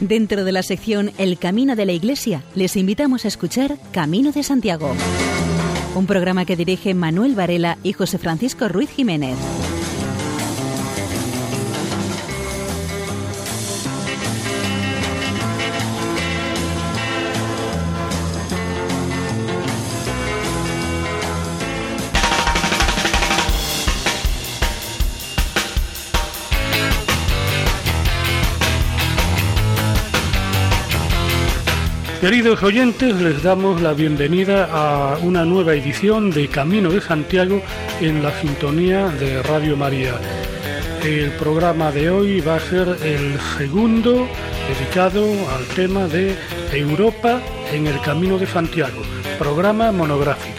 Dentro de la sección El Camino de la Iglesia, les invitamos a escuchar Camino de Santiago, un programa que dirige Manuel Varela y José Francisco Ruiz Jiménez. Queridos oyentes, les damos la bienvenida a una nueva edición de Camino de Santiago en la sintonía de Radio María. El programa de hoy va a ser el segundo dedicado al tema de Europa en el Camino de Santiago, programa monográfico.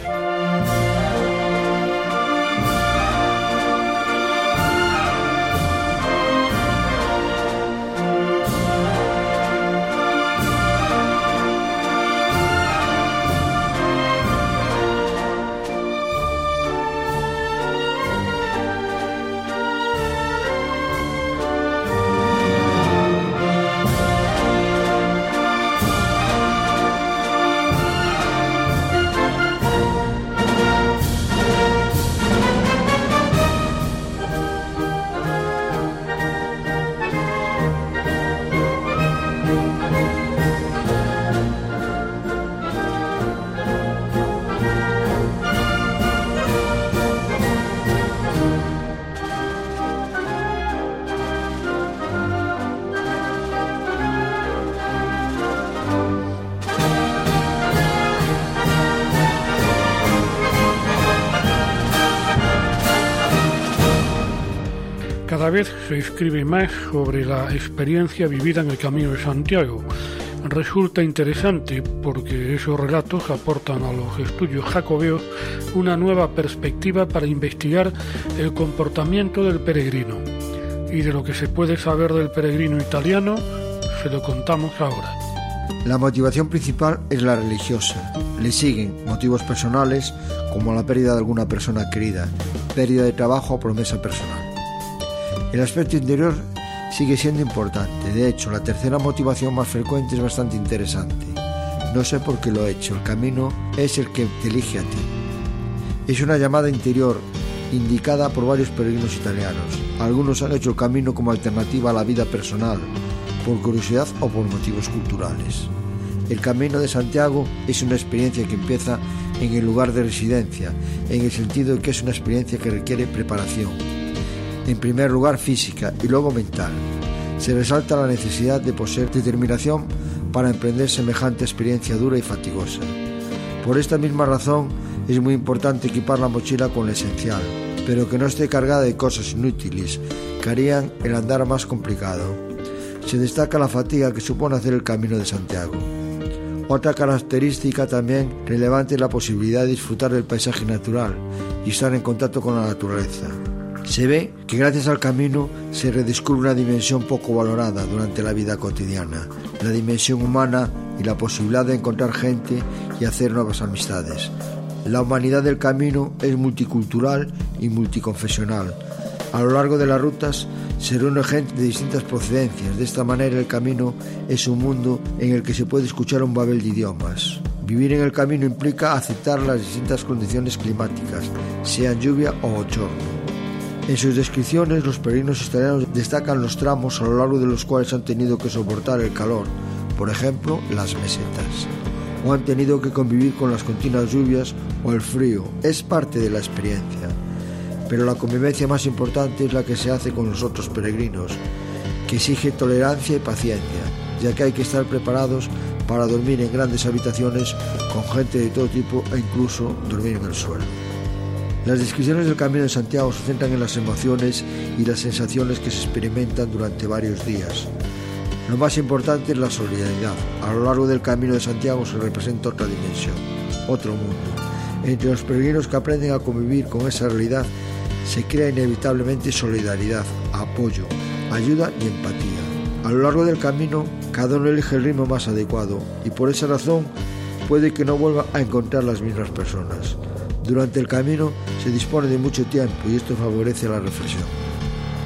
Cada vez se escribe más sobre la experiencia vivida en el Camino de Santiago. Resulta interesante porque esos relatos aportan a los estudios jacobeos una nueva perspectiva para investigar el comportamiento del peregrino. Y de lo que se puede saber del peregrino italiano, se lo contamos ahora. La motivación principal es la religiosa. Le siguen motivos personales como la pérdida de alguna persona querida, pérdida de trabajo o promesa personal. El aspecto interior sigue siendo importante. De hecho, la tercera motivación más frecuente es bastante interesante. No sé por qué lo he hecho. El camino es el que te elige a ti. Es una llamada interior indicada por varios peregrinos italianos. Algunos han hecho el camino como alternativa a la vida personal, por curiosidad o por motivos culturales. El Camino de Santiago es una experiencia que empieza en el lugar de residencia, en el sentido de que es una experiencia que requiere preparación. En primer lugar física y luego mental. Se resalta la necesidad de poseer determinación para emprender semejante experiencia dura y fatigosa. Por esta misma razón es muy importante equipar la mochila con lo esencial, pero que no esté cargada de cosas inútiles que harían el andar más complicado. Se destaca la fatiga que supone hacer el Camino de Santiago. Otra característica también relevante es la posibilidad de disfrutar del paisaje natural y estar en contacto con la naturaleza. Se ve que gracias al camino se redescubre una dimensión poco valorada durante la vida cotidiana, la dimensión humana y la posibilidad de encontrar gente y hacer nuevas amistades. La humanidad del camino es multicultural y multiconfesional. A lo largo de las rutas se reúne gente de distintas procedencias. De esta manera el camino es un mundo en el que se puede escuchar un babel de idiomas. Vivir en el camino implica aceptar las distintas condiciones climáticas, sean lluvia o otoño. En sus descripciones, los peregrinos italianos destacan los tramos a lo largo de los cuales han tenido que soportar el calor, por ejemplo, las mesetas, o han tenido que convivir con las continuas lluvias o el frío. Es parte de la experiencia, pero la convivencia más importante es la que se hace con los otros peregrinos, que exige tolerancia y paciencia, ya que hay que estar preparados para dormir en grandes habitaciones con gente de todo tipo e incluso dormir en el suelo. Las descripciones del Camino de Santiago se centran en las emociones y las sensaciones que se experimentan durante varios días. Lo más importante es la solidaridad. A lo largo del Camino de Santiago se representa otra dimensión, otro mundo. Entre los peregrinos que aprenden a convivir con esa realidad se crea inevitablemente solidaridad, apoyo, ayuda y empatía. A lo largo del camino, cada uno elige el ritmo más adecuado y por esa razón puede que no vuelva a encontrar las mismas personas. Durante el camino se dispone de mucho tiempo y esto favorece la reflexión.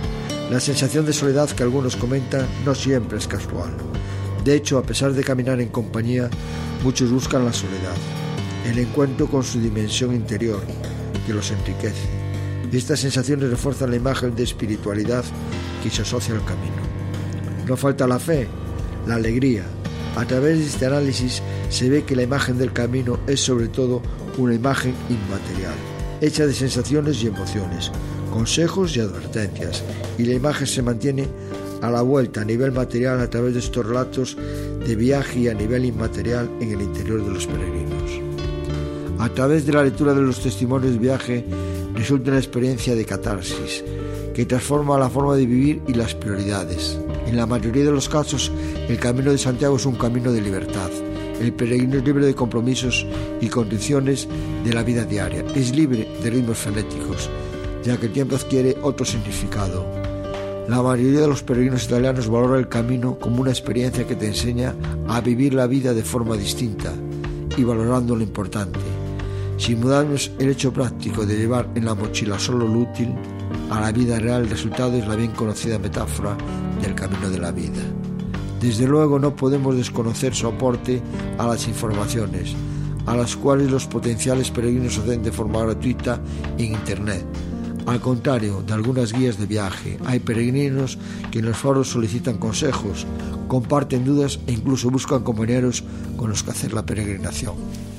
La sensación de soledad que algunos comentan no siempre es casual. De hecho, a pesar de caminar en compañía, muchos buscan la soledad, el encuentro con su dimensión interior, que los enriquece. Estas sensaciones refuerzan la imagen de espiritualidad que se asocia al camino. No falta la fe, la alegría. A través de este análisis se ve que la imagen del camino es sobre todo una imagen inmaterial, hecha de sensaciones y emociones, consejos y advertencias, y la imagen se mantiene a la vuelta a nivel material a través de estos relatos de viaje y a nivel inmaterial en el interior de los peregrinos. A través de la lectura de los testimonios de viaje resulta una experiencia de catarsis que transforma la forma de vivir y las prioridades. En la mayoría de los casos, el Camino de Santiago es un camino de libertad. El peregrino es libre de compromisos y condiciones de la vida diaria. Es libre de ritmos frenéticos, ya que el tiempo adquiere otro significado. La mayoría de los peregrinos italianos valora el camino como una experiencia que te enseña a vivir la vida de forma distinta y valorando lo importante. Si mudamos el hecho práctico de llevar en la mochila solo lo útil, a la vida real el resultado es la bien conocida metáfora del camino de la vida. Desde luego no podemos desconocer su aporte a las informaciones, a las cuales los potenciales peregrinos acceden de forma gratuita en Internet. Al contrario de algunas guías de viaje, hay peregrinos que en los foros solicitan consejos, comparten dudas e incluso buscan compañeros con los que hacer la peregrinación.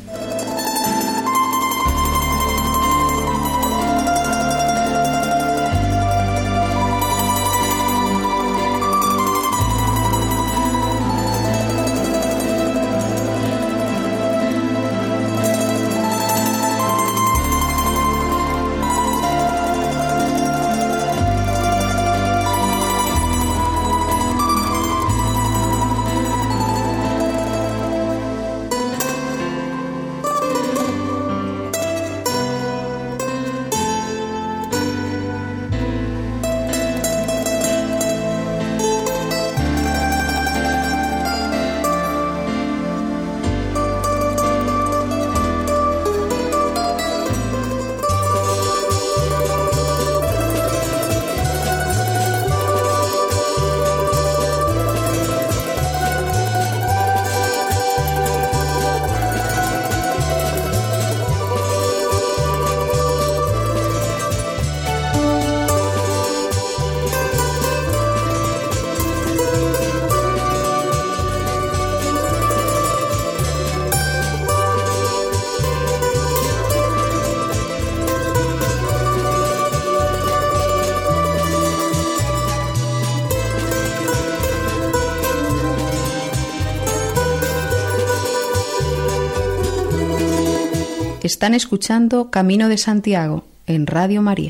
Están escuchando Camino de Santiago en Radio María.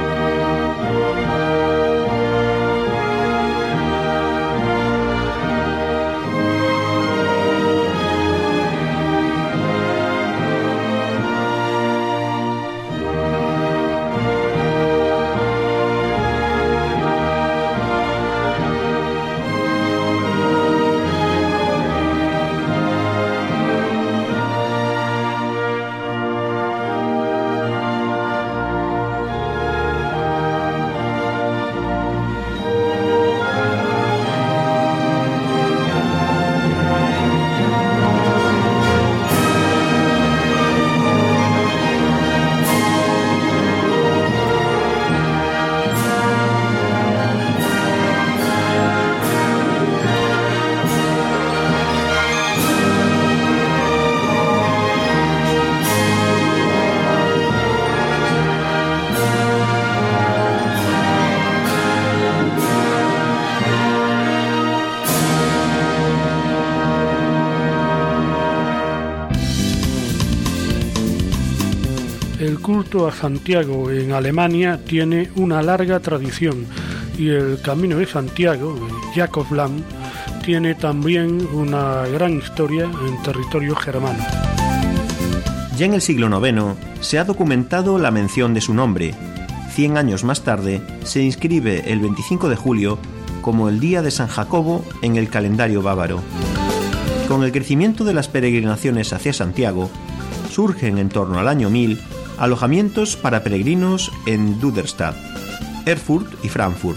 El culto a Santiago en Alemania tiene una larga tradición y el Camino de Santiago, el Jakobsland, tiene también una gran historia en territorio germano. Ya en el siglo IX se ha documentado la mención de su nombre. 100 años más tarde se inscribe el 25 de julio como el Día de San Jacobo en el calendario bávaro. Con el crecimiento de las peregrinaciones hacia Santiago, surgen en torno al año 1000 alojamientos para peregrinos en Duderstadt. Erfurt y Frankfurt.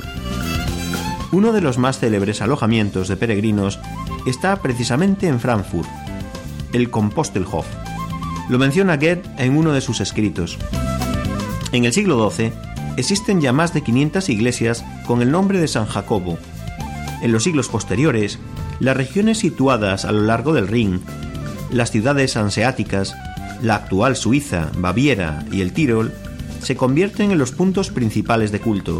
Uno de los más célebres alojamientos de peregrinos está precisamente en Frankfurt, el Compostelhof. Lo menciona Goethe en uno de sus escritos. En el siglo XII existen ya más de 500 iglesias con el nombre de San Jacobo. En los siglos posteriores, las regiones situadas a lo largo del Rin, las ciudades hanseáticas, la actual Suiza, Baviera y el Tirol, se convierten en los puntos principales de culto.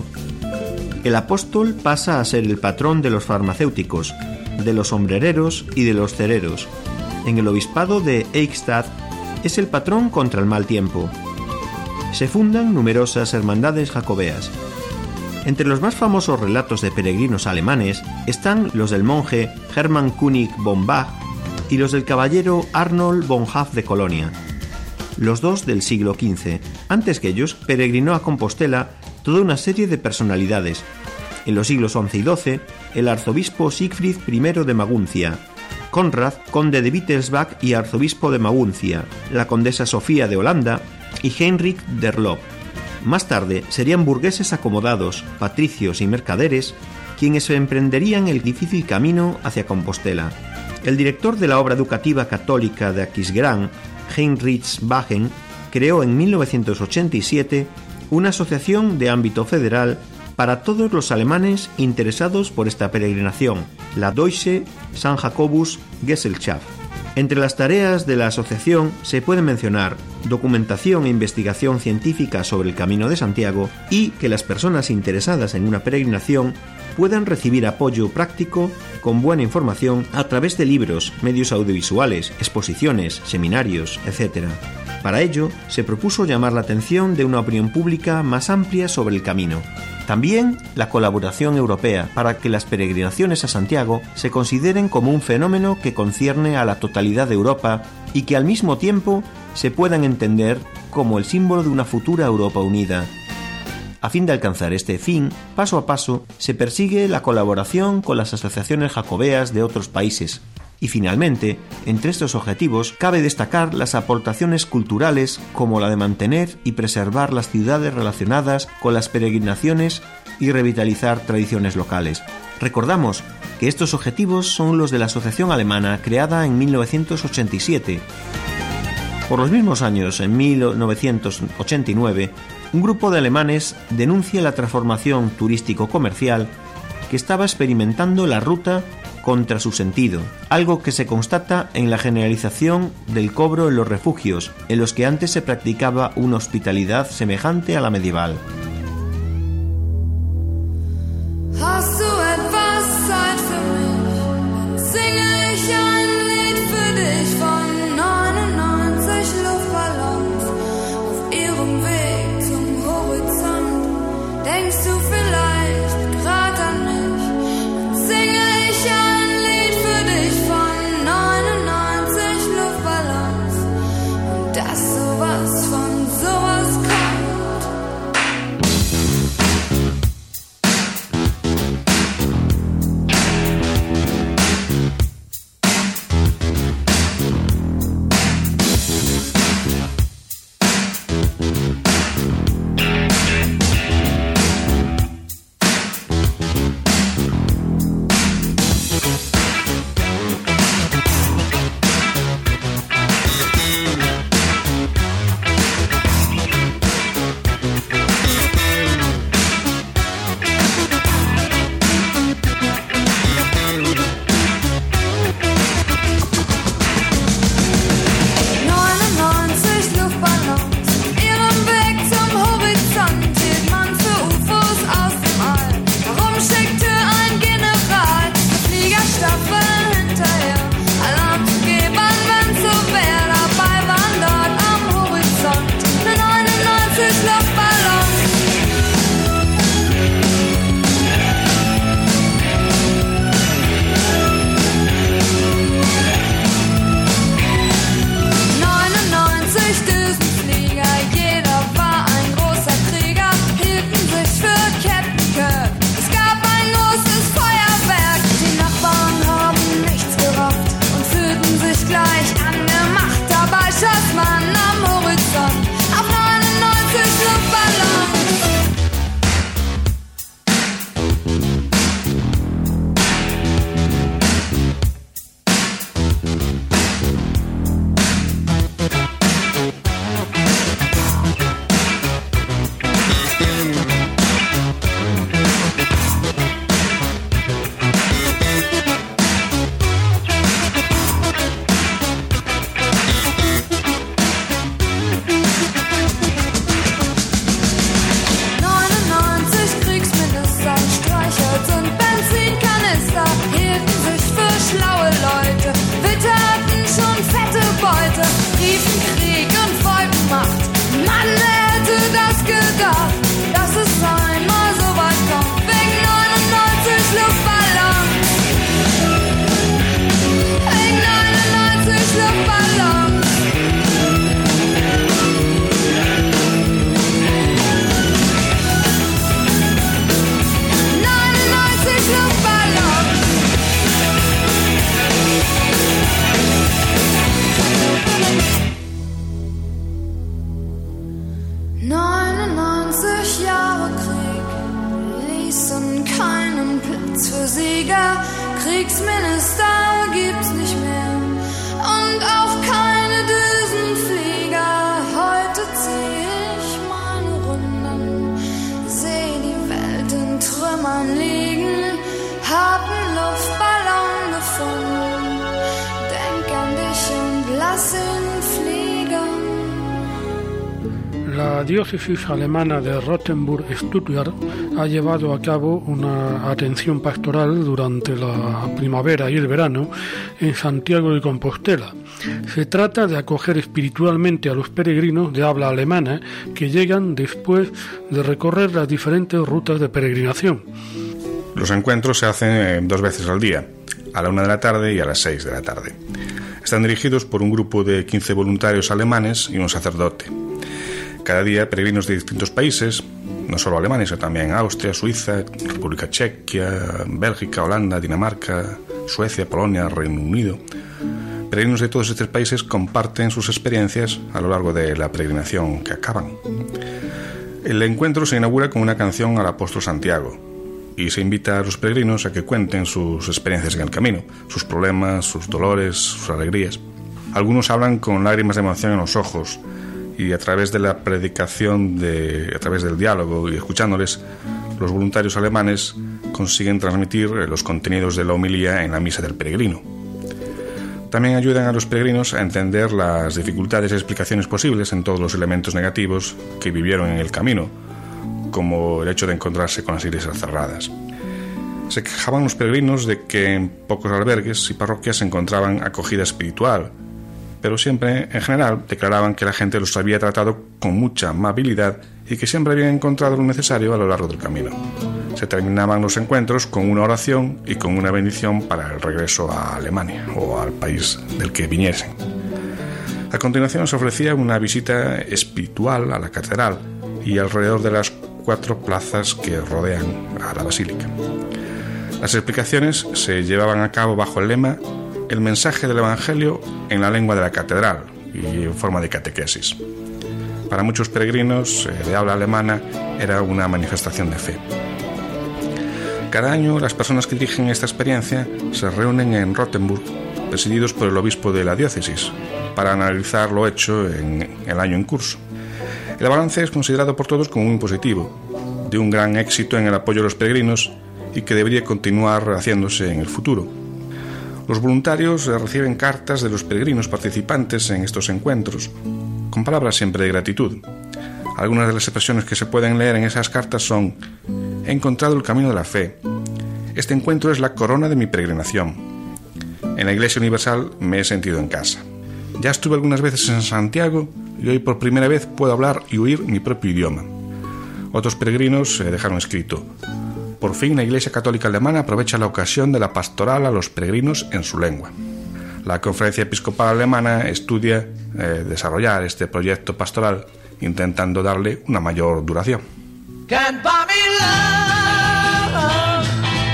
El apóstol pasa a ser el patrón de los farmacéuticos, de los sombrereros y de los cereros. En el obispado de Eichstätt es el patrón contra el mal tiempo. Se fundan numerosas hermandades jacobeas. Entre los más famosos relatos de peregrinos alemanes están los del monje Hermann König von Bach y los del caballero Arnold von Haff de Colonia, los dos del siglo XV. Antes que ellos, peregrinó a Compostela toda una serie de personalidades. En los siglos XI y XII, el arzobispo Siegfried I de Maguncia, Conrad, conde de Wittelsbach y arzobispo de Maguncia, la condesa Sofía de Holanda y Heinrich der Lob. Más tarde serían burgueses acomodados, patricios y mercaderes quienes emprenderían el difícil camino hacia Compostela. El director de la obra educativa católica de Aquisgrán, Heinrich Bachen, creó en 1987 una asociación de ámbito federal para todos los alemanes interesados por esta peregrinación, la Deutsche St. Jacobus Gesellschaft. Entre las tareas de la asociación se pueden mencionar documentación e investigación científica sobre el Camino de Santiago y que las personas interesadas en una peregrinación puedan recibir apoyo práctico con buena información a través de libros, medios audiovisuales, exposiciones, seminarios, etc. Para ello, se propuso llamar la atención de una opinión pública más amplia sobre el camino. También la colaboración europea para que las peregrinaciones a Santiago se consideren como un fenómeno que concierne a la totalidad de Europa y que al mismo tiempo se puedan entender como el símbolo de una futura Europa unida. A fin de alcanzar este fin, paso a paso, se persigue la colaboración con las asociaciones jacobeas de otros países. Y finalmente, entre estos objetivos, cabe destacar las aportaciones culturales como la de mantener y preservar las ciudades relacionadas con las peregrinaciones y revitalizar tradiciones locales. Recordamos que estos objetivos son los de la asociación alemana creada en 1987. Por los mismos años, en 1989, un grupo de alemanes denuncia la transformación turístico-comercial que estaba experimentando la ruta contra su sentido, algo que se constata en la generalización del cobro en los refugios, en los que antes se practicaba una hospitalidad semejante a la medieval. 99 Jahre Krieg ließen keinen Platz für Sieger. Kriegsminister gibt's nicht mehr und auch keine Düsenflieger. Heute zieh ich meine Runden, seh die Welt in Trümmern liegen, hab 'n Luftballon gefunden, denk an dich und lass ihn fliegen. La diócesis alemana de Rottenburg-Stuttgart ha llevado a cabo una atención pastoral durante la primavera y el verano en Santiago de Compostela. Se trata de acoger espiritualmente a los peregrinos de habla alemana que llegan después de recorrer las diferentes rutas de peregrinación. Los encuentros se hacen 2 veces al día, a la 1 de la tarde y a las 6 de la tarde. Están dirigidos por un grupo de 15 voluntarios alemanes y un sacerdote. Cada día peregrinos de distintos países, no solo alemanes, sino también Austria, Suiza, República Checa, Bélgica, Holanda, Dinamarca, Suecia, Polonia, Reino Unido. Peregrinos de todos estos países comparten sus experiencias a lo largo de la peregrinación que acaban. El encuentro se inaugura con una canción al apóstol Santiago y se invita a los peregrinos a que cuenten sus experiencias en el camino, sus problemas, sus dolores, sus alegrías. Algunos hablan con lágrimas de emoción en los ojos, y a través de la predicación, a través del diálogo y escuchándoles, los voluntarios alemanes consiguen transmitir los contenidos de la homilía en la misa del peregrino. También ayudan a los peregrinos a entender las dificultades y explicaciones posibles en todos los elementos negativos que vivieron en el camino, como el hecho de encontrarse con las iglesias cerradas. Se quejaban los peregrinos de que en pocos albergues y parroquias se encontraban acogida espiritual, pero siempre, en general, declaraban que la gente los había tratado con mucha amabilidad y que siempre habían encontrado lo necesario a lo largo del camino. Se terminaban los encuentros con una oración y con una bendición para el regreso a Alemania o al país del que viniesen. A continuación se ofrecía una visita espiritual a la catedral y alrededor de las 4 plazas que rodean a la basílica. Las explicaciones se llevaban a cabo bajo el lema "El mensaje del Evangelio en la lengua de la catedral" y en forma de catequesis. Para muchos peregrinos de habla alemana era una manifestación de fe. Cada año las personas que dirigen esta experiencia se reúnen en Rottenburg, presididos por el obispo de la diócesis, para analizar lo hecho en el año en curso. El balance es considerado por todos como muy positivo, de un gran éxito en el apoyo a los peregrinos y que debería continuar haciéndose en el futuro. Los voluntarios reciben cartas de los peregrinos participantes en estos encuentros, con palabras siempre de gratitud. Algunas de las expresiones que se pueden leer en esas cartas son: "He encontrado el camino de la fe. Este encuentro es la corona de mi peregrinación. En la Iglesia Universal me he sentido en casa. Ya estuve algunas veces en Santiago y hoy por primera vez puedo hablar y oír mi propio idioma". Otros peregrinos dejaron escrito: "Por fin la Iglesia Católica Alemana aprovecha la ocasión de la pastoral a los peregrinos en su lengua". La Conferencia Episcopal Alemana estudia desarrollar este proyecto pastoral intentando darle una mayor duración. Can't buy me love,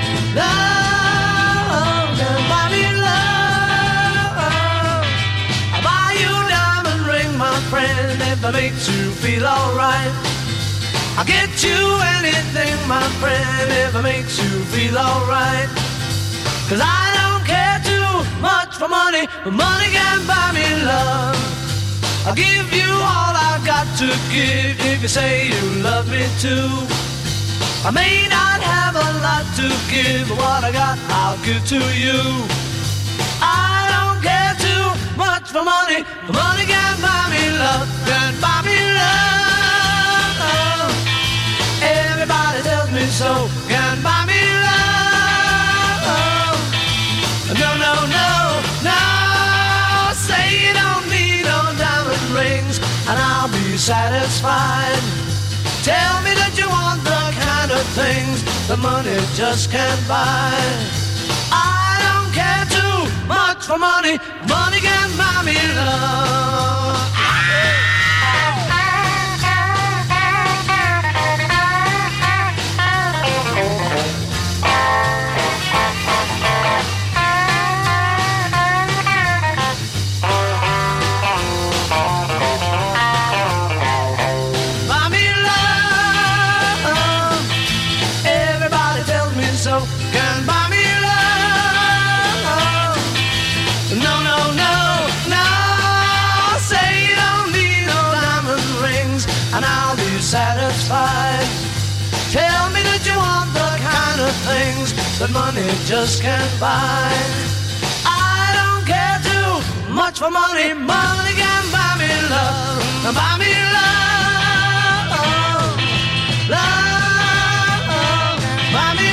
love, can't buy me love. I'll buy you a diamond ring, my friend, if it makes you feel alright. I'll get you anything, my friend, if it makes you feel alright. 'Cause I don't care too much for money, but money can't buy me love. I'll give you all I've got to give if you say you love me too. I may not have a lot to give, but what I got I'll give to you. I don't care too much for money, but money can't buy me love, can't buy me love. Everybody tells me so, can't buy me love. No, no, no, no, say you don't need no diamond rings and I'll be satisfied. Tell me that you want the kind of things that money just can't buy. I don't care too much for money, money can't buy me love. Buy satisfied. Tell me that you want the kind of things that money just can't buy. I don't care too much for money. Money can buy me love. Buy me love. Love. Buy me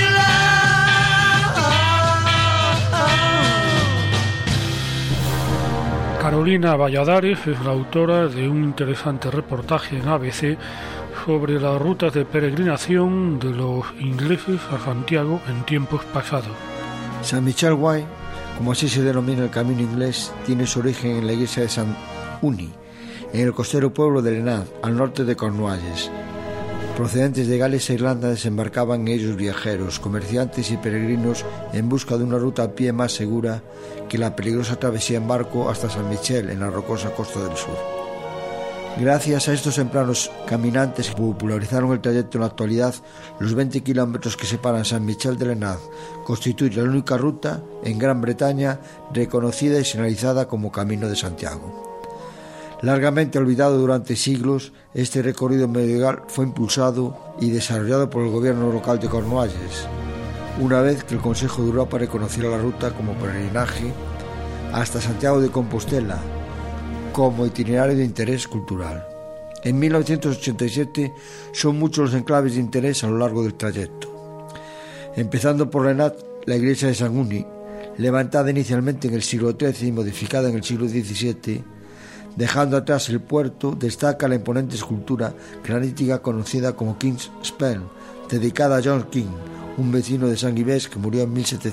love. Carolina Valladares es la autora de un interesante reportaje en ABC sobre las rutas de peregrinación de los ingleses a Santiago en tiempos pasados. San Michel Way, como así se denomina el camino inglés, tiene su origen en la iglesia de San Uni, en el costero pueblo de Lenaz, al norte de Cornualles. Procedentes de Gales e Irlanda desembarcaban en ellos viajeros, comerciantes y peregrinos en busca de una ruta a pie más segura que la peligrosa travesía en barco hasta San Michel, en la rocosa costa del sur. Gracias a estos tempranos caminantes que popularizaron el trayecto en la actualidad, los 20 kilómetros que separan San Michel de Lenaz constituyen la única ruta en Gran Bretaña reconocida y señalizada como Camino de Santiago. Largamente olvidado durante siglos, este recorrido medieval fue impulsado y desarrollado por el gobierno local de Cornualles, una vez que el Consejo de Europa reconociera la ruta como peregrinaje hasta Santiago de Compostela, como itinerario de interés cultural. En 1987 son muchos los enclaves de interés a lo largo del trayecto. Empezando por Lenaz, la iglesia de San Uni, levantada inicialmente en el siglo XIII y modificada en el siglo XVII, dejando atrás el puerto, destaca la imponente escultura granítica conocida como King's Spen, dedicada a John King, un vecino de San Givés que murió en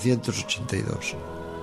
1782.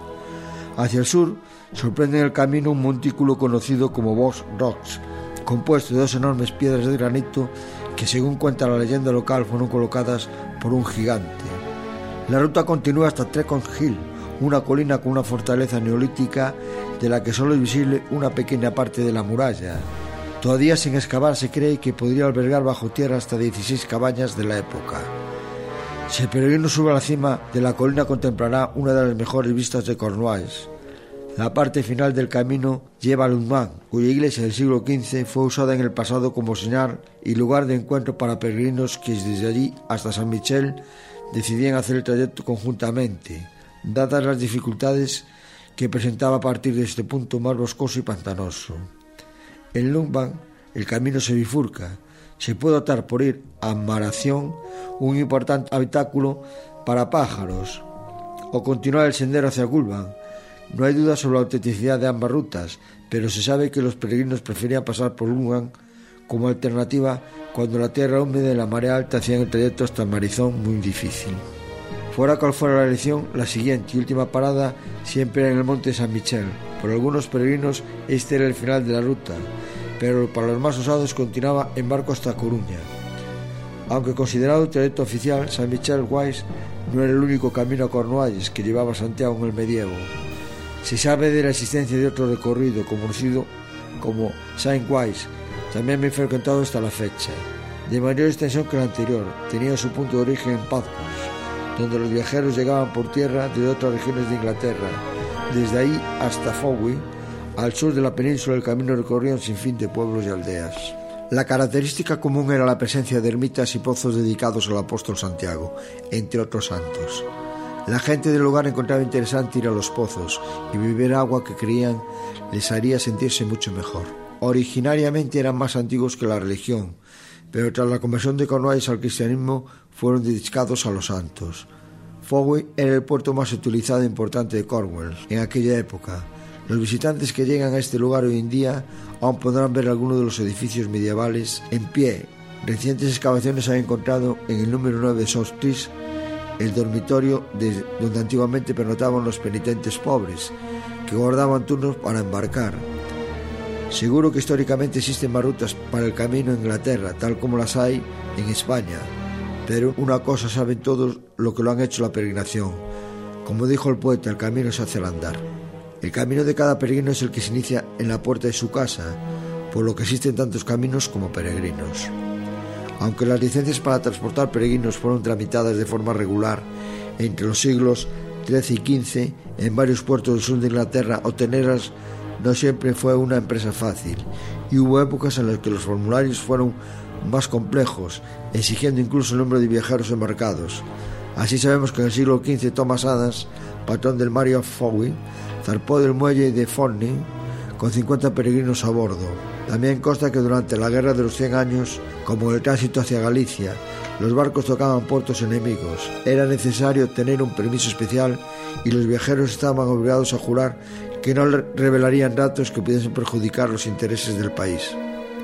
Hacia el sur, sorprende en el camino un montículo conocido como Box Rocks, compuesto de dos enormes piedras de granito que, según cuenta la leyenda local, fueron colocadas por un gigante. La ruta continúa hasta Trecon Hill, una colina con una fortaleza neolítica de la que solo es visible una pequeña parte de la muralla. Todavía sin excavar se cree que podría albergar bajo tierra hasta 16 cabañas de la época. Si el peregrino sube a la cima de la colina contemplará una de las mejores vistas de Cornualles. La parte final del camino lleva a Lundman, cuya iglesia del siglo XV fue usada en el pasado como señal y lugar de encuentro para peregrinos que desde allí hasta San Michel decidían hacer el trayecto conjuntamente, dadas las dificultades que presentaba a partir de este punto más boscoso y pantanoso. En Lundman el camino se bifurca. Se puede optar por ir a Maración, un importante habitáculo para pájaros, o continuar el sendero hacia Gulban. No hay duda sobre la autenticidad de ambas rutas, pero se sabe que los peregrinos preferían pasar por Lundban como alternativa cuando la tierra húmeda y la marea alta hacían el trayecto hasta Marizón muy difícil. Fuera cual fuera la elección, la siguiente y última parada siempre era en el monte San Michel. Por algunos peregrinos este era el final de la ruta, pero para los más osados continuaba en barco hasta Coruña. Aunque considerado trayecto oficial, San Michel Wise no era el único camino a Cornualles que llevaba a Santiago en el medievo. Se sabe de la existencia de otro recorrido conocido como Saint Wise, también muy frecuentado hasta la fecha. De mayor extensión que el anterior, tenía su punto de origen en Patmos, donde los viajeros llegaban por tierra de otras regiones de Inglaterra. Desde ahí hasta Fowey, al sur de la península, el camino recorría un sinfín de pueblos y aldeas. La característica común era la presencia de ermitas y pozos dedicados al apóstol Santiago, entre otros santos. La gente del lugar encontraba interesante ir a los pozos y beber agua que creían les haría sentirse mucho mejor. Originariamente eran más antiguos que la religión, pero tras la conversión de Cornualles al cristianismo fueron dedicados a los santos. Fowey era el puerto más utilizado e importante de Cornwall en aquella época. Los visitantes que llegan a este lugar hoy en día aún podrán ver algunos de los edificios medievales en pie. Recientes excavaciones han encontrado en el número 9 de South Street el dormitorio donde antiguamente pernotaban los penitentes pobres, que guardaban turnos para embarcar. Seguro que históricamente existen más rutas para el camino en Inglaterra, tal como las hay en España, pero una cosa saben todos lo que lo han hecho la peregrinación. Como dijo el poeta, el camino se hace al andar. El camino de cada peregrino es el que se inicia en la puerta de su casa, por lo que existen tantos caminos como peregrinos. Aunque las licencias para transportar peregrinos fueron tramitadas de forma regular entre los siglos XIII y XV en varios puertos del sur de Inglaterra, obtenerlas no siempre fue una empresa fácil, y hubo épocas en las que los formularios fueron más complejos, exigiendo incluso el número de viajeros embarcados. Así sabemos que en el siglo XV Thomas Adams, patrón del Maria Fowey, zarpó del muelle de Forney con 50 peregrinos a bordo. También consta que durante la Guerra de los 100 años, como en el tránsito hacia Galicia, los barcos tocaban puertos enemigos. Era necesario tener un permiso especial y los viajeros estaban obligados a jurar que no revelarían datos que pudiesen perjudicar los intereses del país.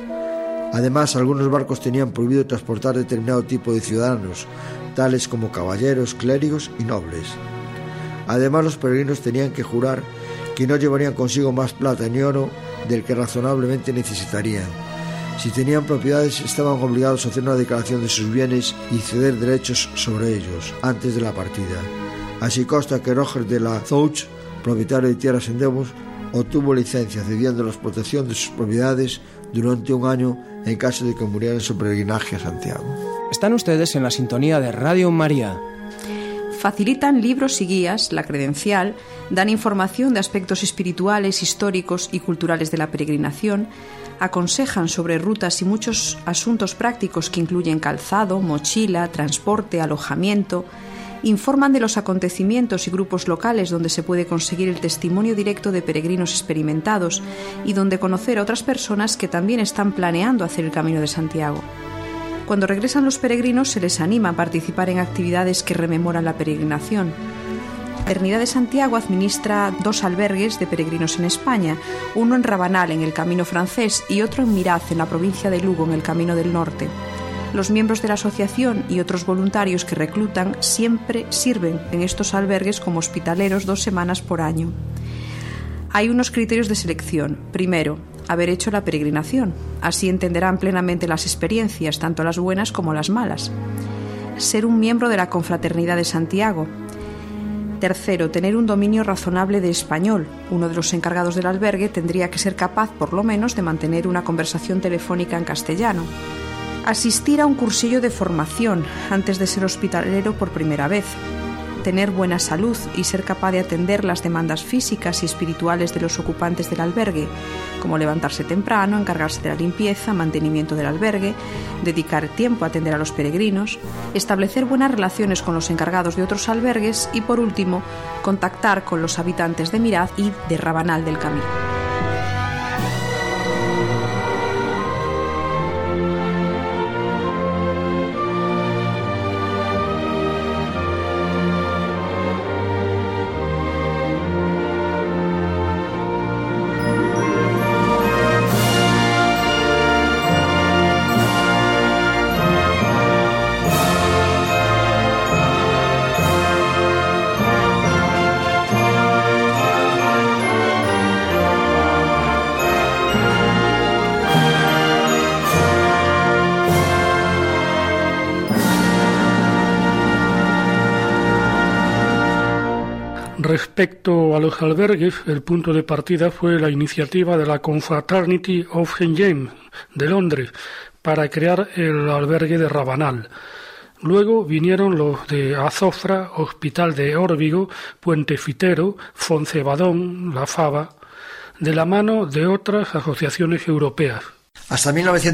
Además, algunos barcos tenían prohibido transportar determinado tipo de ciudadanos, tales como caballeros, clérigos y nobles. Además, los peregrinos tenían que jurar que no llevarían consigo más plata ni oro del que razonablemente necesitarían. Si tenían propiedades, estaban obligados a hacer una declaración de sus bienes y ceder derechos sobre ellos antes de la partida. Así consta que Roger de la Zouch, propietario de tierras en Devon, obtuvo licencia cediendo la explotación de sus propiedades durante un año en caso de que muriera en su peregrinaje a Santiago. Están ustedes en la sintonía de Radio María. Facilitan libros y guías, la credencial, dan información de aspectos espirituales, históricos y culturales de la peregrinación, aconsejan sobre rutas y muchos asuntos prácticos que incluyen calzado, mochila, transporte, alojamiento, informan de los acontecimientos y grupos locales donde se puede conseguir el testimonio directo de peregrinos experimentados y donde conocer a otras personas que también están planeando hacer el Camino de Santiago. Cuando regresan los peregrinos se les anima a participar en actividades que rememoran la peregrinación. La Fraternidad de Santiago administra 2 albergues de peregrinos en España, uno en Rabanal, en el Camino francés, y otro en Miraz, en la provincia de Lugo, en el Camino del Norte. Los miembros de la asociación y otros voluntarios que reclutan siempre sirven en estos albergues como hospitaleros 2 semanas por año. Hay unos criterios de selección. Primero, haber hecho la peregrinación. Así entenderán plenamente las experiencias, tanto las buenas como las malas. Ser un miembro de la Confraternidad de Santiago. Tercero, tener un dominio razonable de español. Uno de los encargados del albergue tendría que ser capaz, por lo menos, de mantener una conversación telefónica en castellano. Asistir a un cursillo de formación antes de ser hospitalero por primera vez. Tener buena salud y ser capaz de atender las demandas físicas y espirituales de los ocupantes del albergue, como levantarse temprano, encargarse de la limpieza, mantenimiento del albergue, dedicar tiempo a atender a los peregrinos, establecer buenas relaciones con los encargados de otros albergues y, por último, contactar con los habitantes de Miraz y de Rabanal del Camino. Respecto a los albergues, el punto de partida fue la iniciativa de la Confraternity of St. James de Londres para crear el albergue de Rabanal. Luego vinieron los de Azofra, Hospital de Órbigo, Puente Fitero, Foncebadón, La Fava, de la mano de otras asociaciones europeas. Hasta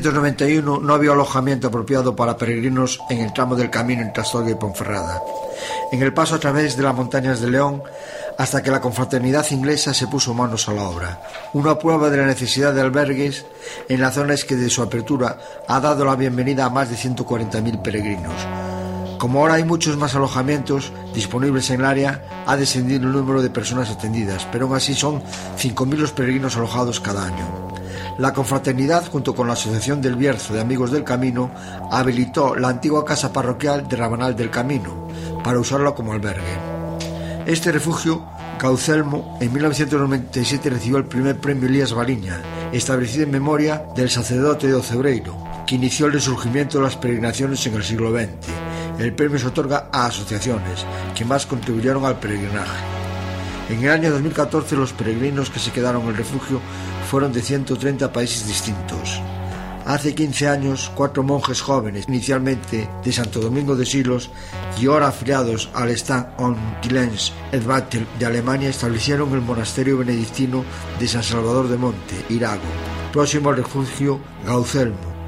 1991 no había alojamiento apropiado para peregrinos en el tramo del camino entre Astorga y Ponferrada, en el paso a través de las montañas de León, hasta que la confraternidad inglesa se puso manos a la obra. Una prueba de la necesidad de albergues en la zona es que de su apertura ha dado la bienvenida a más de 140.000 peregrinos. Como ahora hay muchos más alojamientos disponibles en el área, ha descendido el número de personas atendidas, pero aún así son 5.000 los peregrinos alojados cada año. La confraternidad, junto con la Asociación del Bierzo de Amigos del Camino, habilitó la antigua casa parroquial de Rabanal del Camino para usarla como albergue. Este refugio, Gaucelmo, en 1997 recibió el primer premio Elías Baliña, establecido en memoria del sacerdote de Ocebreiro, que inició el resurgimiento de las peregrinaciones en el siglo XX. El premio se otorga a asociaciones que más contribuyeron al peregrinaje. En el año 2014 los peregrinos que se quedaron en el refugio fueron de 130 países distintos. Hace 15 años, 4 monjes jóvenes, inicialmente de Santo Domingo de Silos y ahora afiliados al Stand on Gilens Edvattel de Alemania, establecieron el monasterio benedictino de San Salvador de Monte, Irago, próximo al refugio Gaucelmo.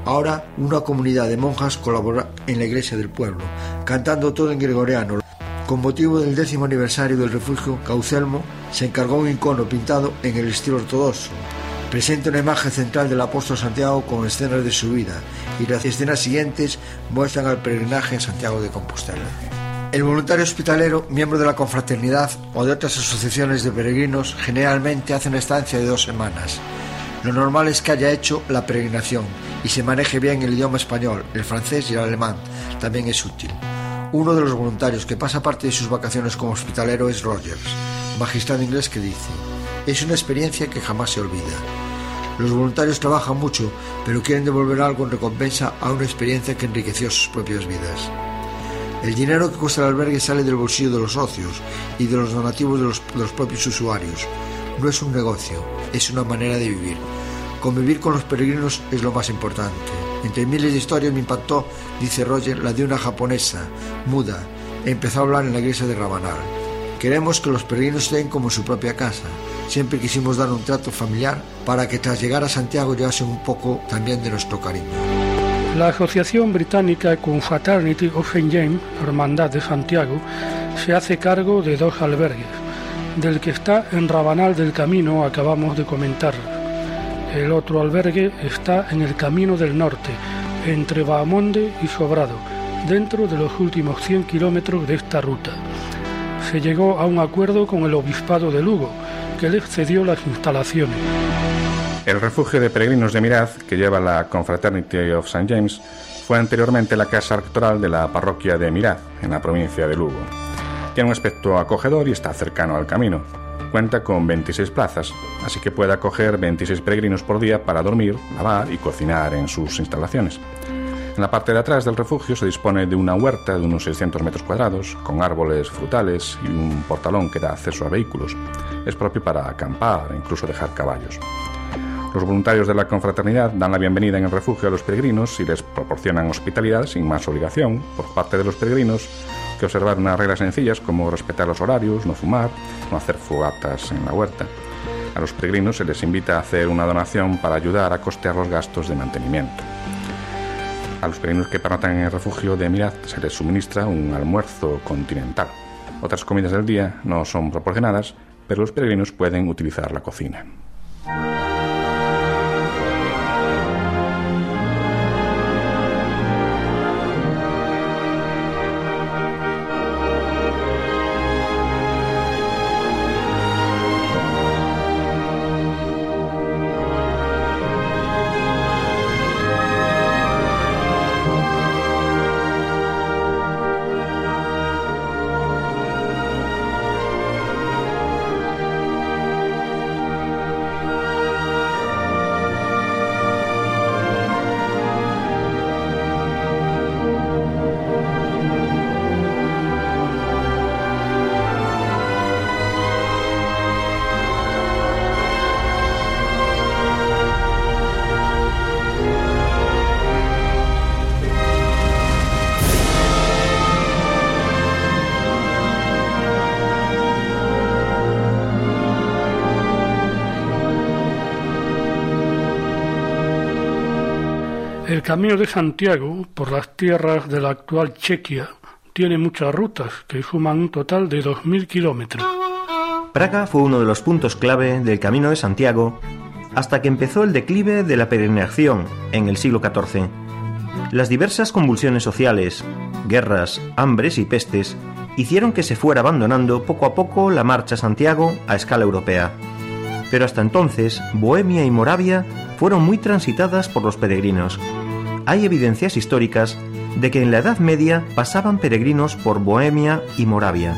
Ahora una comunidad de monjas colabora en la iglesia del pueblo, cantando todo en gregoriano. Con motivo del 10º aniversario del refugio, Caucelmo se encargó un icono pintado en el estilo ortodoxo. Presenta una imagen central del apóstol Santiago con escenas de su vida, y las escenas siguientes muestran al peregrinaje en Santiago de Compostela. El voluntario hospitalero, miembro de la confraternidad o de otras asociaciones de peregrinos, generalmente hace una estancia de 2 semanas. Lo normal es que haya hecho la peregrinación y se maneje bien el idioma español, el francés y el alemán. También es útil. Uno de los voluntarios que pasa parte de sus vacaciones como hospitalero es Rogers, magistrado inglés, que dice: es una experiencia que jamás se olvida. Los voluntarios trabajan mucho, pero quieren devolver algo en recompensa a una experiencia que enriqueció sus propias vidas. El dinero que cuesta el albergue sale del bolsillo de los socios y de los donativos de los propios usuarios. No es un negocio, es una manera de vivir. Convivir con los peregrinos es lo más importante. Entre miles de historias me impactó, dice Roger, la de una japonesa, muda. Empezó a hablar en la iglesia de Rabanal. Queremos que los peregrinos estén como en su propia casa. Siempre quisimos dar un trato familiar para que tras llegar a Santiago llevasen un poco también de nuestro cariño. La Asociación Británica Confraternity of St. James, Hermandad de Santiago, se hace cargo de 2 albergues. Del que está en Rabanal del Camino acabamos de comentar. El otro albergue está en el Camino del Norte, entre Bahamonde y Sobrado, dentro de los últimos 100 kilómetros de esta ruta. Se llegó a un acuerdo con el Obispado de Lugo, que les cedió las instalaciones. El refugio de peregrinos de Miraz, que lleva la Confraternity of St. James, fue anteriormente la casa rectoral de la parroquia de Miraz, en la provincia de Lugo. Tiene un aspecto acogedor y está cercano al camino. Cuenta con 26 plazas, así que puede acoger 26 peregrinos por día para dormir, lavar y cocinar en sus instalaciones. En la parte de atrás del refugio se dispone de una huerta de unos 600 metros cuadrados, con árboles frutales y un portalón que da acceso a vehículos. Es propio para acampar e incluso dejar caballos. Los voluntarios de la confraternidad dan la bienvenida en el refugio a los peregrinos y les proporcionan hospitalidad sin más obligación por parte de los peregrinos que observar unas reglas sencillas como respetar los horarios, no fumar, no hacer fogatas en la huerta. A los peregrinos se les invita a hacer una donación para ayudar a costear los gastos de mantenimiento. A los peregrinos que pernoctan en el refugio de Miraz se les suministra un almuerzo continental. Otras comidas del día no son proporcionadas, pero los peregrinos pueden utilizar la cocina. El Camino de Santiago, por las tierras de la actual Chequia, tiene muchas rutas que suman un total de 2.000 kilómetros. Praga fue uno de los puntos clave del Camino de Santiago hasta que empezó el declive de la peregrinación en el siglo XIV. Las diversas convulsiones sociales, guerras, hambres y pestes hicieron que se fuera abandonando poco a poco la marcha a Santiago a escala europea. Pero hasta entonces, Bohemia y Moravia fueron muy transitadas por los peregrinos. Hay evidencias históricas de que en la Edad Media pasaban peregrinos por Bohemia y Moravia.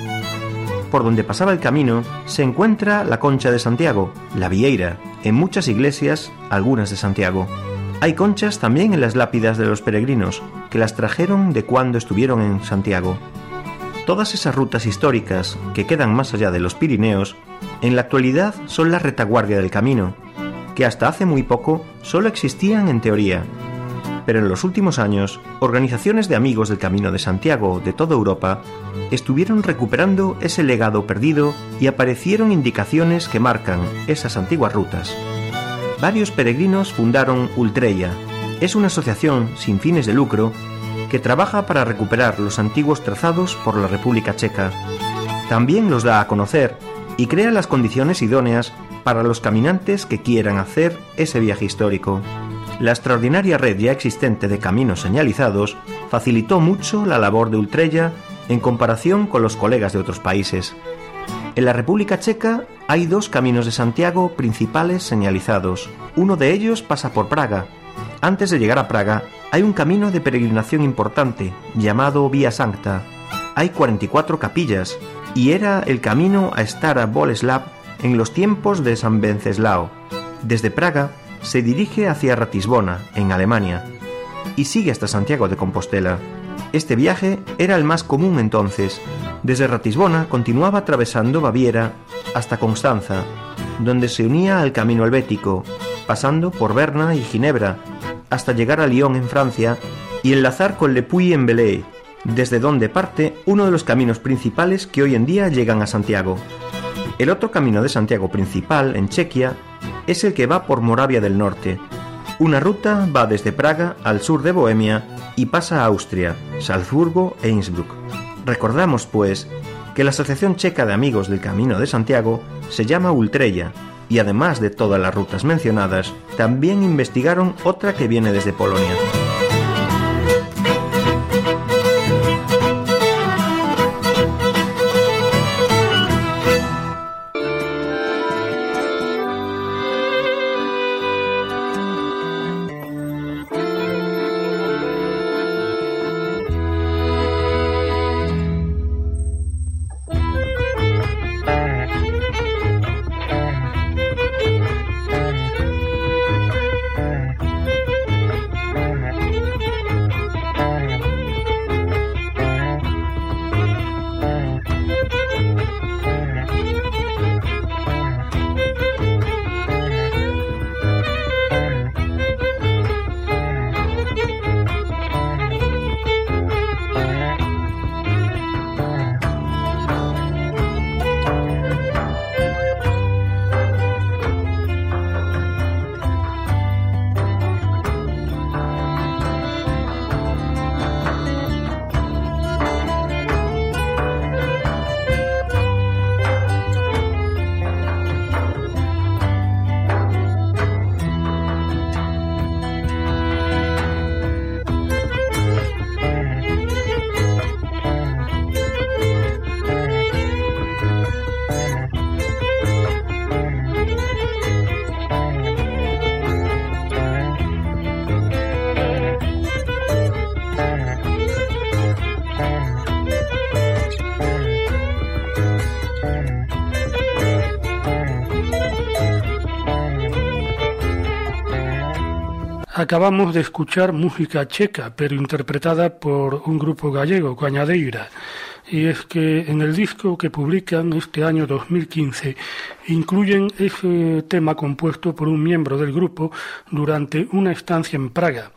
Por donde pasaba el camino se encuentra la Concha de Santiago, la Vieira, en muchas iglesias, algunas de Santiago. Hay conchas también en las lápidas de los peregrinos, que las trajeron de cuando estuvieron en Santiago. Todas esas rutas históricas que quedan más allá de los Pirineos, en la actualidad son la retaguardia del camino, que hasta hace muy poco solo existían en teoría. Pero en los últimos años, organizaciones de amigos del Camino de Santiago de toda Europa estuvieron recuperando ese legado perdido y aparecieron indicaciones que marcan esas antiguas rutas. Varios peregrinos fundaron Ultreya, Es una asociación sin fines de lucro que trabaja para recuperar los antiguos trazados por la República Checa. También los da a conocer y crea las condiciones idóneas para los caminantes que quieran hacer ese viaje histórico. La extraordinaria red ya existente de caminos señalizados facilitó mucho la labor de Ultrella en comparación con los colegas de otros países. En la República Checa hay 2 caminos de Santiago principales señalizados. Uno de ellos pasa por Praga. Antes de llegar a Praga hay un camino de peregrinación importante llamado Vía Sancta. Hay 44 capillas y era el camino a Stara Boleslav en los tiempos de San Venceslao. Desde Praga se dirige hacia Ratisbona, en Alemania, y sigue hasta Santiago de Compostela. Este viaje era el más común entonces. Desde Ratisbona continuaba atravesando Baviera hasta Constanza, donde se unía al camino helvético, pasando por Berna y Ginebra, hasta llegar a Lyon en Francia y enlazar con Le Puy-en-Velay, desde donde parte uno de los caminos principales que hoy en día llegan a Santiago. El otro camino de Santiago principal, en Chequia, es el que va por Moravia del Norte. Una ruta va desde Praga al sur de Bohemia y pasa a Austria, Salzburgo e Innsbruck. Recordamos, pues, que la Asociación Checa de Amigos del Camino de Santiago se llama Ultrella y además de todas las rutas mencionadas, también investigaron otra que viene desde Polonia. Acabamos de escuchar música checa, pero interpretada por un grupo gallego, Cañadeira. Y es que en el disco que publican este año 2015 incluyen ese tema compuesto por un miembro del grupo durante una estancia en Praga.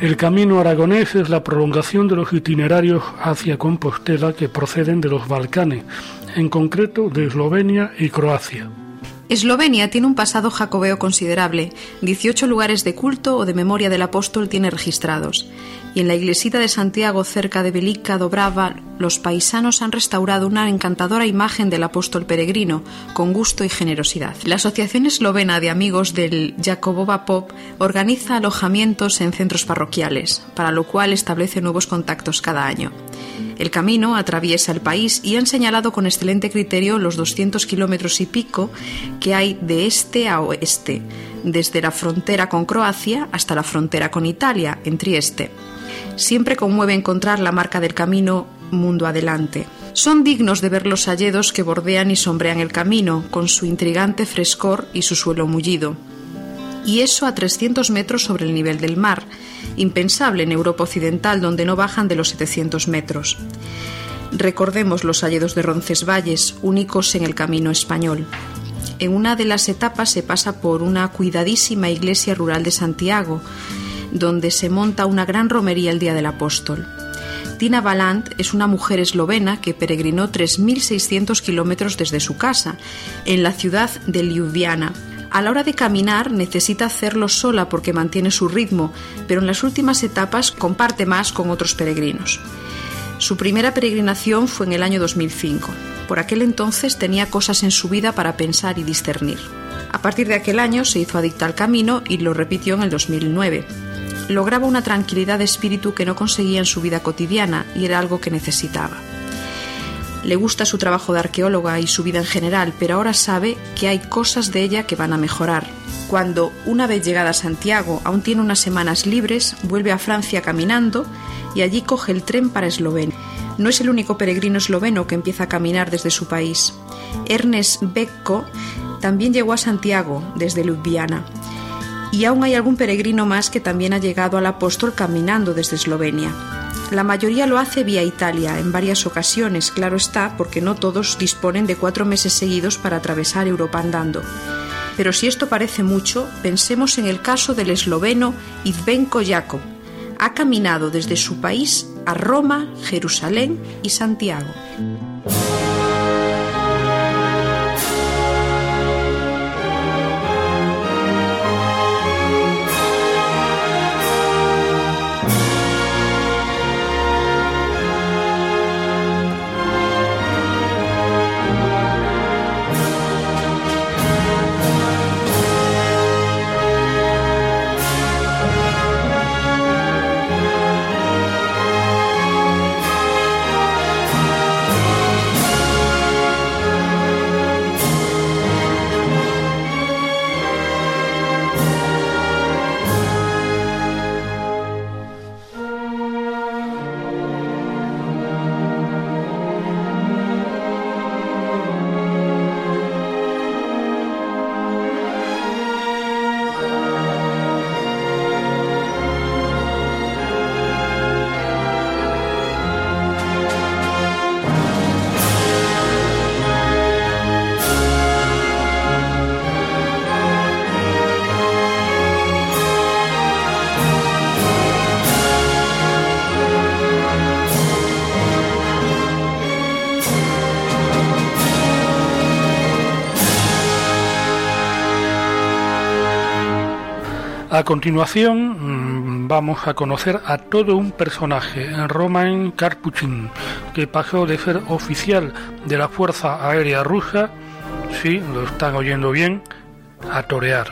El camino aragonés es la prolongación de los itinerarios hacia Compostela que proceden de los Balcanes, en concreto de Eslovenia y Croacia. Eslovenia tiene un pasado jacobeo considerable. 18 lugares de culto o de memoria del apóstol tiene registrados. Y en la iglesita de Santiago, cerca de Velika Dobrava, los paisanos han restaurado una encantadora imagen del apóstol peregrino, con gusto y generosidad. La Asociación Eslovena de Amigos del Jakobova Pop organiza alojamientos en centros parroquiales, para lo cual establece nuevos contactos cada año. El camino atraviesa el país y han señalado con excelente criterio los 200 kilómetros y pico que hay de este a oeste, desde la frontera con Croacia hasta la frontera con Italia, en Trieste. Siempre conmueve encontrar la marca del camino Mundo Adelante. Son dignos de ver los hayedos que bordean y sombrean el camino, con su intrigante frescor y su suelo mullido. Y eso a 300 metros sobre el nivel del mar, impensable en Europa Occidental, donde no bajan de los 700 metros. Recordemos los hayedos de Roncesvalles, únicos en el camino español. En una de las etapas se pasa por una cuidadísima iglesia rural de Santiago, donde se monta una gran romería el Día del Apóstol. Tina Valant es una mujer eslovena que peregrinó 3.600 kilómetros desde su casa, en la ciudad de Ljubljana. A la hora de caminar necesita hacerlo sola porque mantiene su ritmo, pero en las últimas etapas comparte más con otros peregrinos. Su primera peregrinación fue en el año 2005. Por aquel entonces tenía cosas en su vida para pensar y discernir. A partir de aquel año se hizo adicta al camino y lo repitió en el 2009. Lograba una tranquilidad de espíritu que no conseguía en su vida cotidiana y era algo que necesitaba. Le gusta su trabajo de arqueóloga y su vida en general, pero ahora sabe que hay cosas de ella que van a mejorar. Cuando, una vez llegada a Santiago, aún tiene unas semanas libres, vuelve a Francia caminando y allí coge el tren para Eslovenia. No es el único peregrino esloveno que empieza a caminar desde su país. Ernest Becko también llegó a Santiago desde Ljubljana. Y aún hay algún peregrino más que también ha llegado al apóstol caminando desde Eslovenia. La mayoría lo hace vía Italia, en varias ocasiones, claro está, porque no todos disponen de 4 meses seguidos para atravesar Europa andando. Pero si esto parece mucho, pensemos en el caso del esloveno Izbenko Jakob. Ha caminado desde su país a Roma, Jerusalén y Santiago. A continuación vamos a conocer a todo un personaje, Roman Karpushkin, que pasó de ser oficial de la Fuerza Aérea Rusa, sí, lo están oyendo bien, a torear.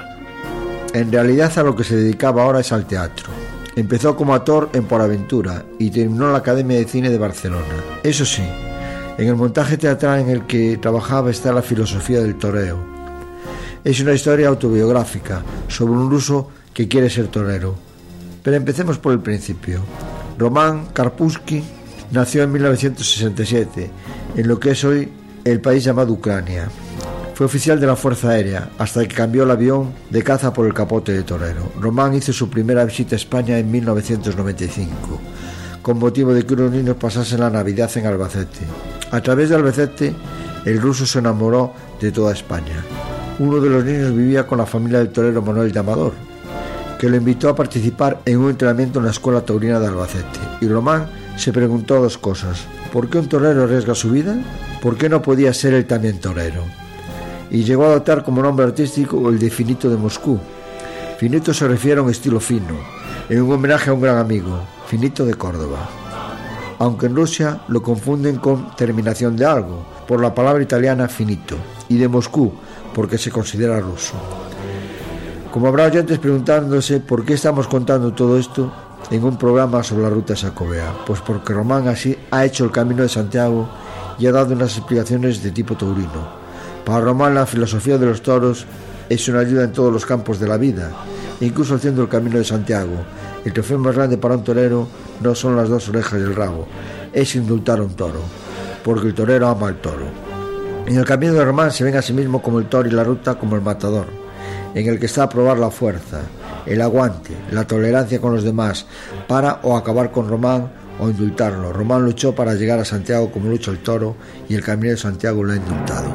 En realidad a lo que se dedicaba ahora es al teatro. Empezó como actor en Por Aventura y terminó en la Academia de Cine de Barcelona. Eso sí, en el montaje teatral en el que trabajaba está la filosofía del toreo. Es una historia autobiográfica sobre un ruso que quiere ser torero. Pero empecemos por el principio. Roman Karpushkin nació en 1967 en lo que es hoy el país llamado Ucrania. Fue oficial de la Fuerza Aérea hasta que cambió el avión de caza por el capote de torero. Roman hizo su primera visita a España en 1995 con motivo de que unos niños pasasen la Navidad en Albacete. A través de Albacete el ruso se enamoró de toda España. Uno de los niños vivía con la familia del torero Manuel de Amador que lo invitó a participar en un entrenamiento en la Escuela Taurina de Albacete. Y Román se preguntó dos cosas: ¿por qué un torero arriesga su vida? ¿Por qué no podía ser él también torero? Y llegó a adoptar como nombre artístico el de Finito de Moscú. Finito se refiere a un estilo fino, en un homenaje a un gran amigo, Finito de Córdoba. Aunque en Rusia lo confunden con terminación de algo, por la palabra italiana finito, y de Moscú, porque se considera ruso. Como habrá oyentes preguntándose por qué estamos contando todo esto en un programa sobre la ruta Xacobea, pues porque Román así ha hecho el Camino de Santiago y ha dado unas explicaciones de tipo taurino. Para Román la filosofía de los toros es una ayuda en todos los campos de la vida, incluso haciendo el Camino de Santiago. El trofeo más grande para un torero no son las dos orejas y el rabo, es indultar a un toro, porque el torero ama al toro. En el Camino de Román se ven a sí mismo como el toro y la ruta como el matador, en el que está a probar la fuerza, el aguante, la tolerancia con los demás, para o acabar con Román o indultarlo. Román luchó para llegar a Santiago como lucha el toro, y el Camino de Santiago lo ha indultado.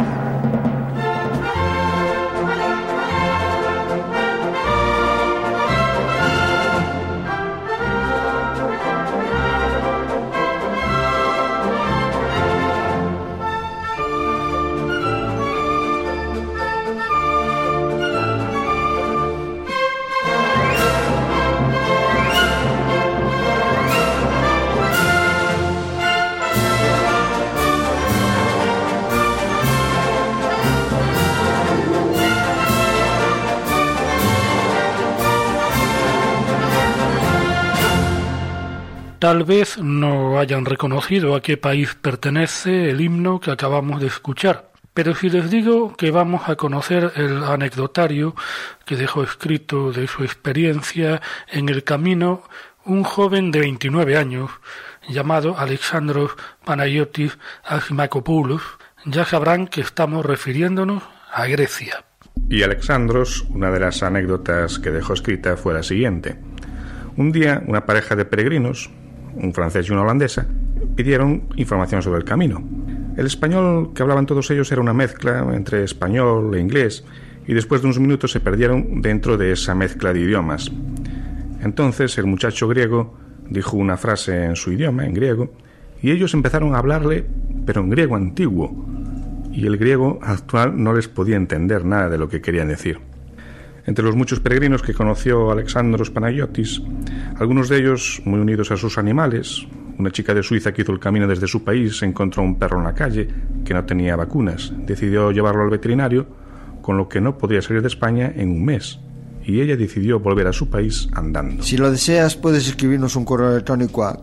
Tal vez no hayan reconocido a qué país pertenece el himno que acabamos de escuchar, pero si les digo que vamos a conocer el anecdotario que dejó escrito de su experiencia en el camino un joven de 29 años llamado Alexandros Panayotis Agimakopoulos, ya sabrán que estamos refiriéndonos a Grecia. Y Alexandros, una de las anécdotas que dejó escrita fue la siguiente. Un día, una pareja de peregrinos, un francés y una holandesa, pidieron información sobre el camino. El español que hablaban todos ellos era una mezcla entre español e inglés, y después de unos minutos se perdieron dentro de esa mezcla de idiomas. Entonces el muchacho griego dijo una frase en su idioma, en griego, y ellos empezaron a hablarle, pero en griego antiguo, y el griego actual no les podía entender nada de lo que querían decir. Entre los muchos peregrinos que conoció Alexandros Panayotis, algunos de ellos muy unidos a sus animales. Una chica de Suiza que hizo el camino desde su país encontró un perro en la calle que no tenía vacunas. Decidió llevarlo al veterinario, con lo que no podría salir de España en un mes. Y ella decidió volver a su país andando. Si lo deseas, puedes escribirnos un correo electrónico a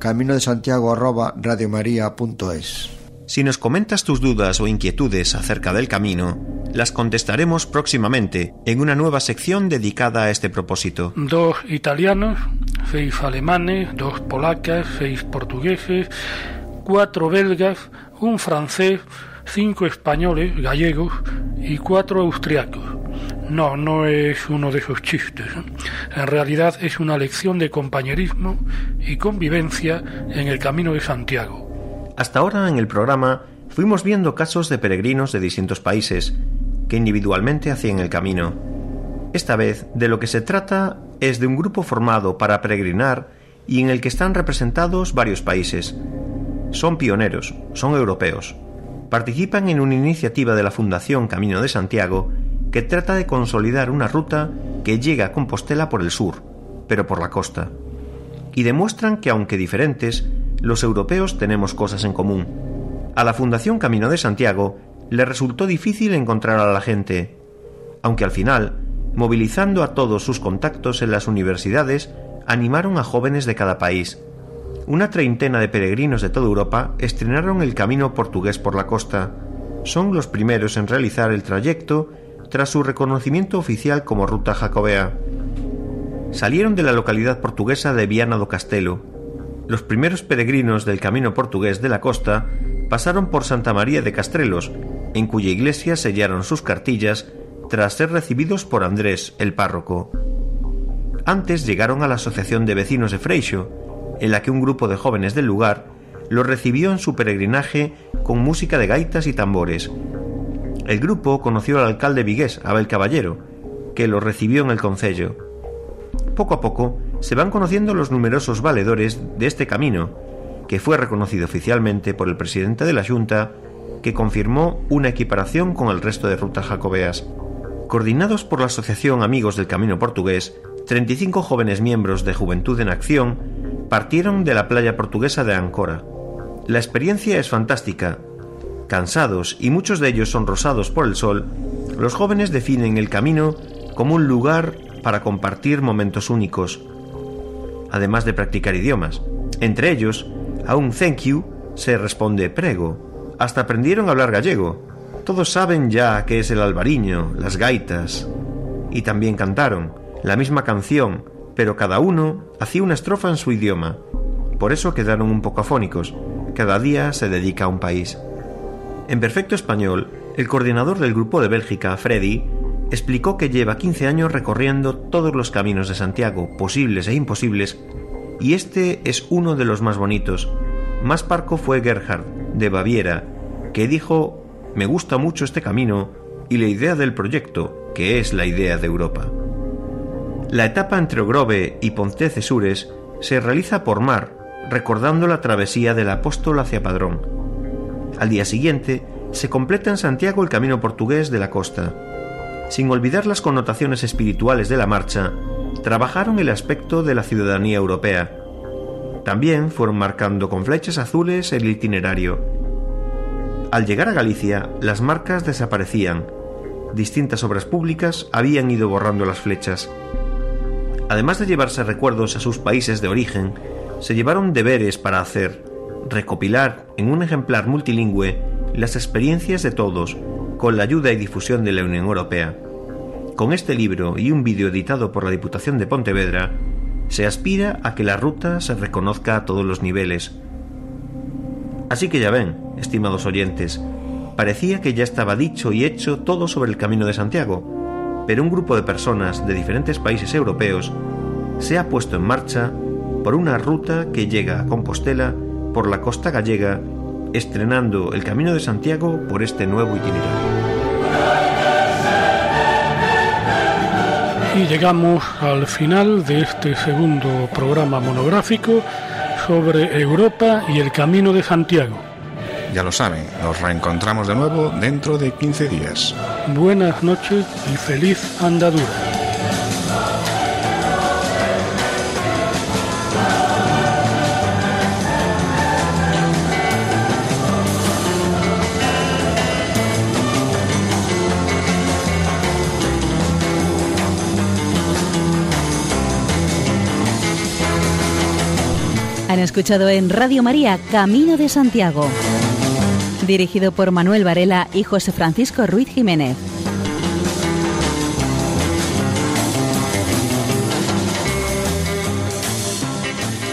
caminodesantiago@radiomaria.es. Si nos comentas tus dudas o inquietudes acerca del camino, las contestaremos próximamente en una nueva sección dedicada a este propósito. 2 italianos, 6 alemanes, 2 polacas, 6 portugueses, 4 belgas, 1 francés, 5 españoles, gallegos y 4 austriacos. No es uno de esos chistes. En realidad es una lección de compañerismo y convivencia en el Camino de Santiago. Hasta ahora en el programa fuimos viendo casos de peregrinos de distintos países que individualmente hacían el camino. Esta vez de lo que se trata es de un grupo formado para peregrinar y en el que están representados varios países. Son pioneros, son europeos. Participan en una iniciativa de la Fundación Camino de Santiago que trata de consolidar una ruta que llega a Compostela por el sur, pero por la costa. Y demuestran que aunque diferentes, los europeos tenemos cosas en común. A la Fundación Camino de Santiago le resultó difícil encontrar a la gente, aunque al final, movilizando a todos sus contactos en las universidades, animaron a jóvenes de cada país. Una treintena de peregrinos de toda Europa estrenaron el camino portugués por la costa. Son los primeros en realizar el trayecto tras su reconocimiento oficial como ruta jacobea. Salieron de la localidad portuguesa de Viana do Castelo. Los primeros peregrinos del camino portugués de la costa pasaron por Santa María de Castrelos, en cuya iglesia sellaron sus cartillas tras ser recibidos por Andrés, el párroco. Antes llegaron a la Asociación de Vecinos de Freixo, en la que un grupo de jóvenes del lugar los recibió en su peregrinaje con música de gaitas y tambores. El grupo conoció al alcalde vigués, Abel Caballero, que los recibió en el concello. Poco a poco se van conociendo los numerosos valedores de este camino, que fue reconocido oficialmente por el presidente de la Junta, que confirmó una equiparación con el resto de rutas jacobeas. Coordinados por la Asociación Amigos del Camino Portugués, 35 jóvenes miembros de Juventud en Acción partieron de la playa portuguesa de Ancora. La experiencia es fantástica. Cansados y muchos de ellos sonrosados por el sol, los jóvenes definen el camino como un lugar para compartir momentos únicos, además de practicar idiomas. Entre ellos, a un thank you se responde prego. Hasta aprendieron a hablar gallego. Todos saben ya qué es el albariño, las gaitas. Y también cantaron la misma canción, pero cada uno hacía una estrofa en su idioma. Por eso quedaron un poco afónicos. Cada día se dedica a un país. En perfecto español, el coordinador del grupo de Bélgica, Freddy, explicó que lleva 15 años recorriendo todos los caminos de Santiago, posibles e imposibles, y este es uno de los más bonitos. Más parco fue Gerhard, de Baviera, que dijo: me gusta mucho este camino y la idea del proyecto, que es la idea de Europa. La etapa entre Ogrove y Pontecesures se realiza por mar, recordando la travesía del apóstol hacia Padrón. Al día siguiente se completa en Santiago el camino portugués de la costa. Sin olvidar las connotaciones espirituales de la marcha, trabajaron el aspecto de la ciudadanía europea. También fueron marcando con flechas azules el itinerario. Al llegar a Galicia, las marcas desaparecían. Distintas obras públicas habían ido borrando las flechas. Además de llevarse recuerdos a sus países de origen, se llevaron deberes para hacer: recopilar en un ejemplar multilingüe las experiencias de todos, con la ayuda y difusión de la Unión Europea. Con este libro y un vídeo editado por la Diputación de Pontevedra, se aspira a que la ruta se reconozca a todos los niveles. Así que ya ven, estimados oyentes, parecía que ya estaba dicho y hecho todo sobre el Camino de Santiago, pero un grupo de personas de diferentes países europeos se ha puesto en marcha por una ruta que llega a Compostela por la costa gallega, estrenando el Camino de Santiago por este nuevo itinerario. Y llegamos al final de este segundo programa monográfico sobre Europa y el Camino de Santiago. Ya lo saben, nos reencontramos de nuevo dentro de 15 días. Buenas noches y feliz andadura. Han escuchado en Radio María Camino de Santiago, dirigido por Manuel Varela y José Francisco Ruiz Jiménez.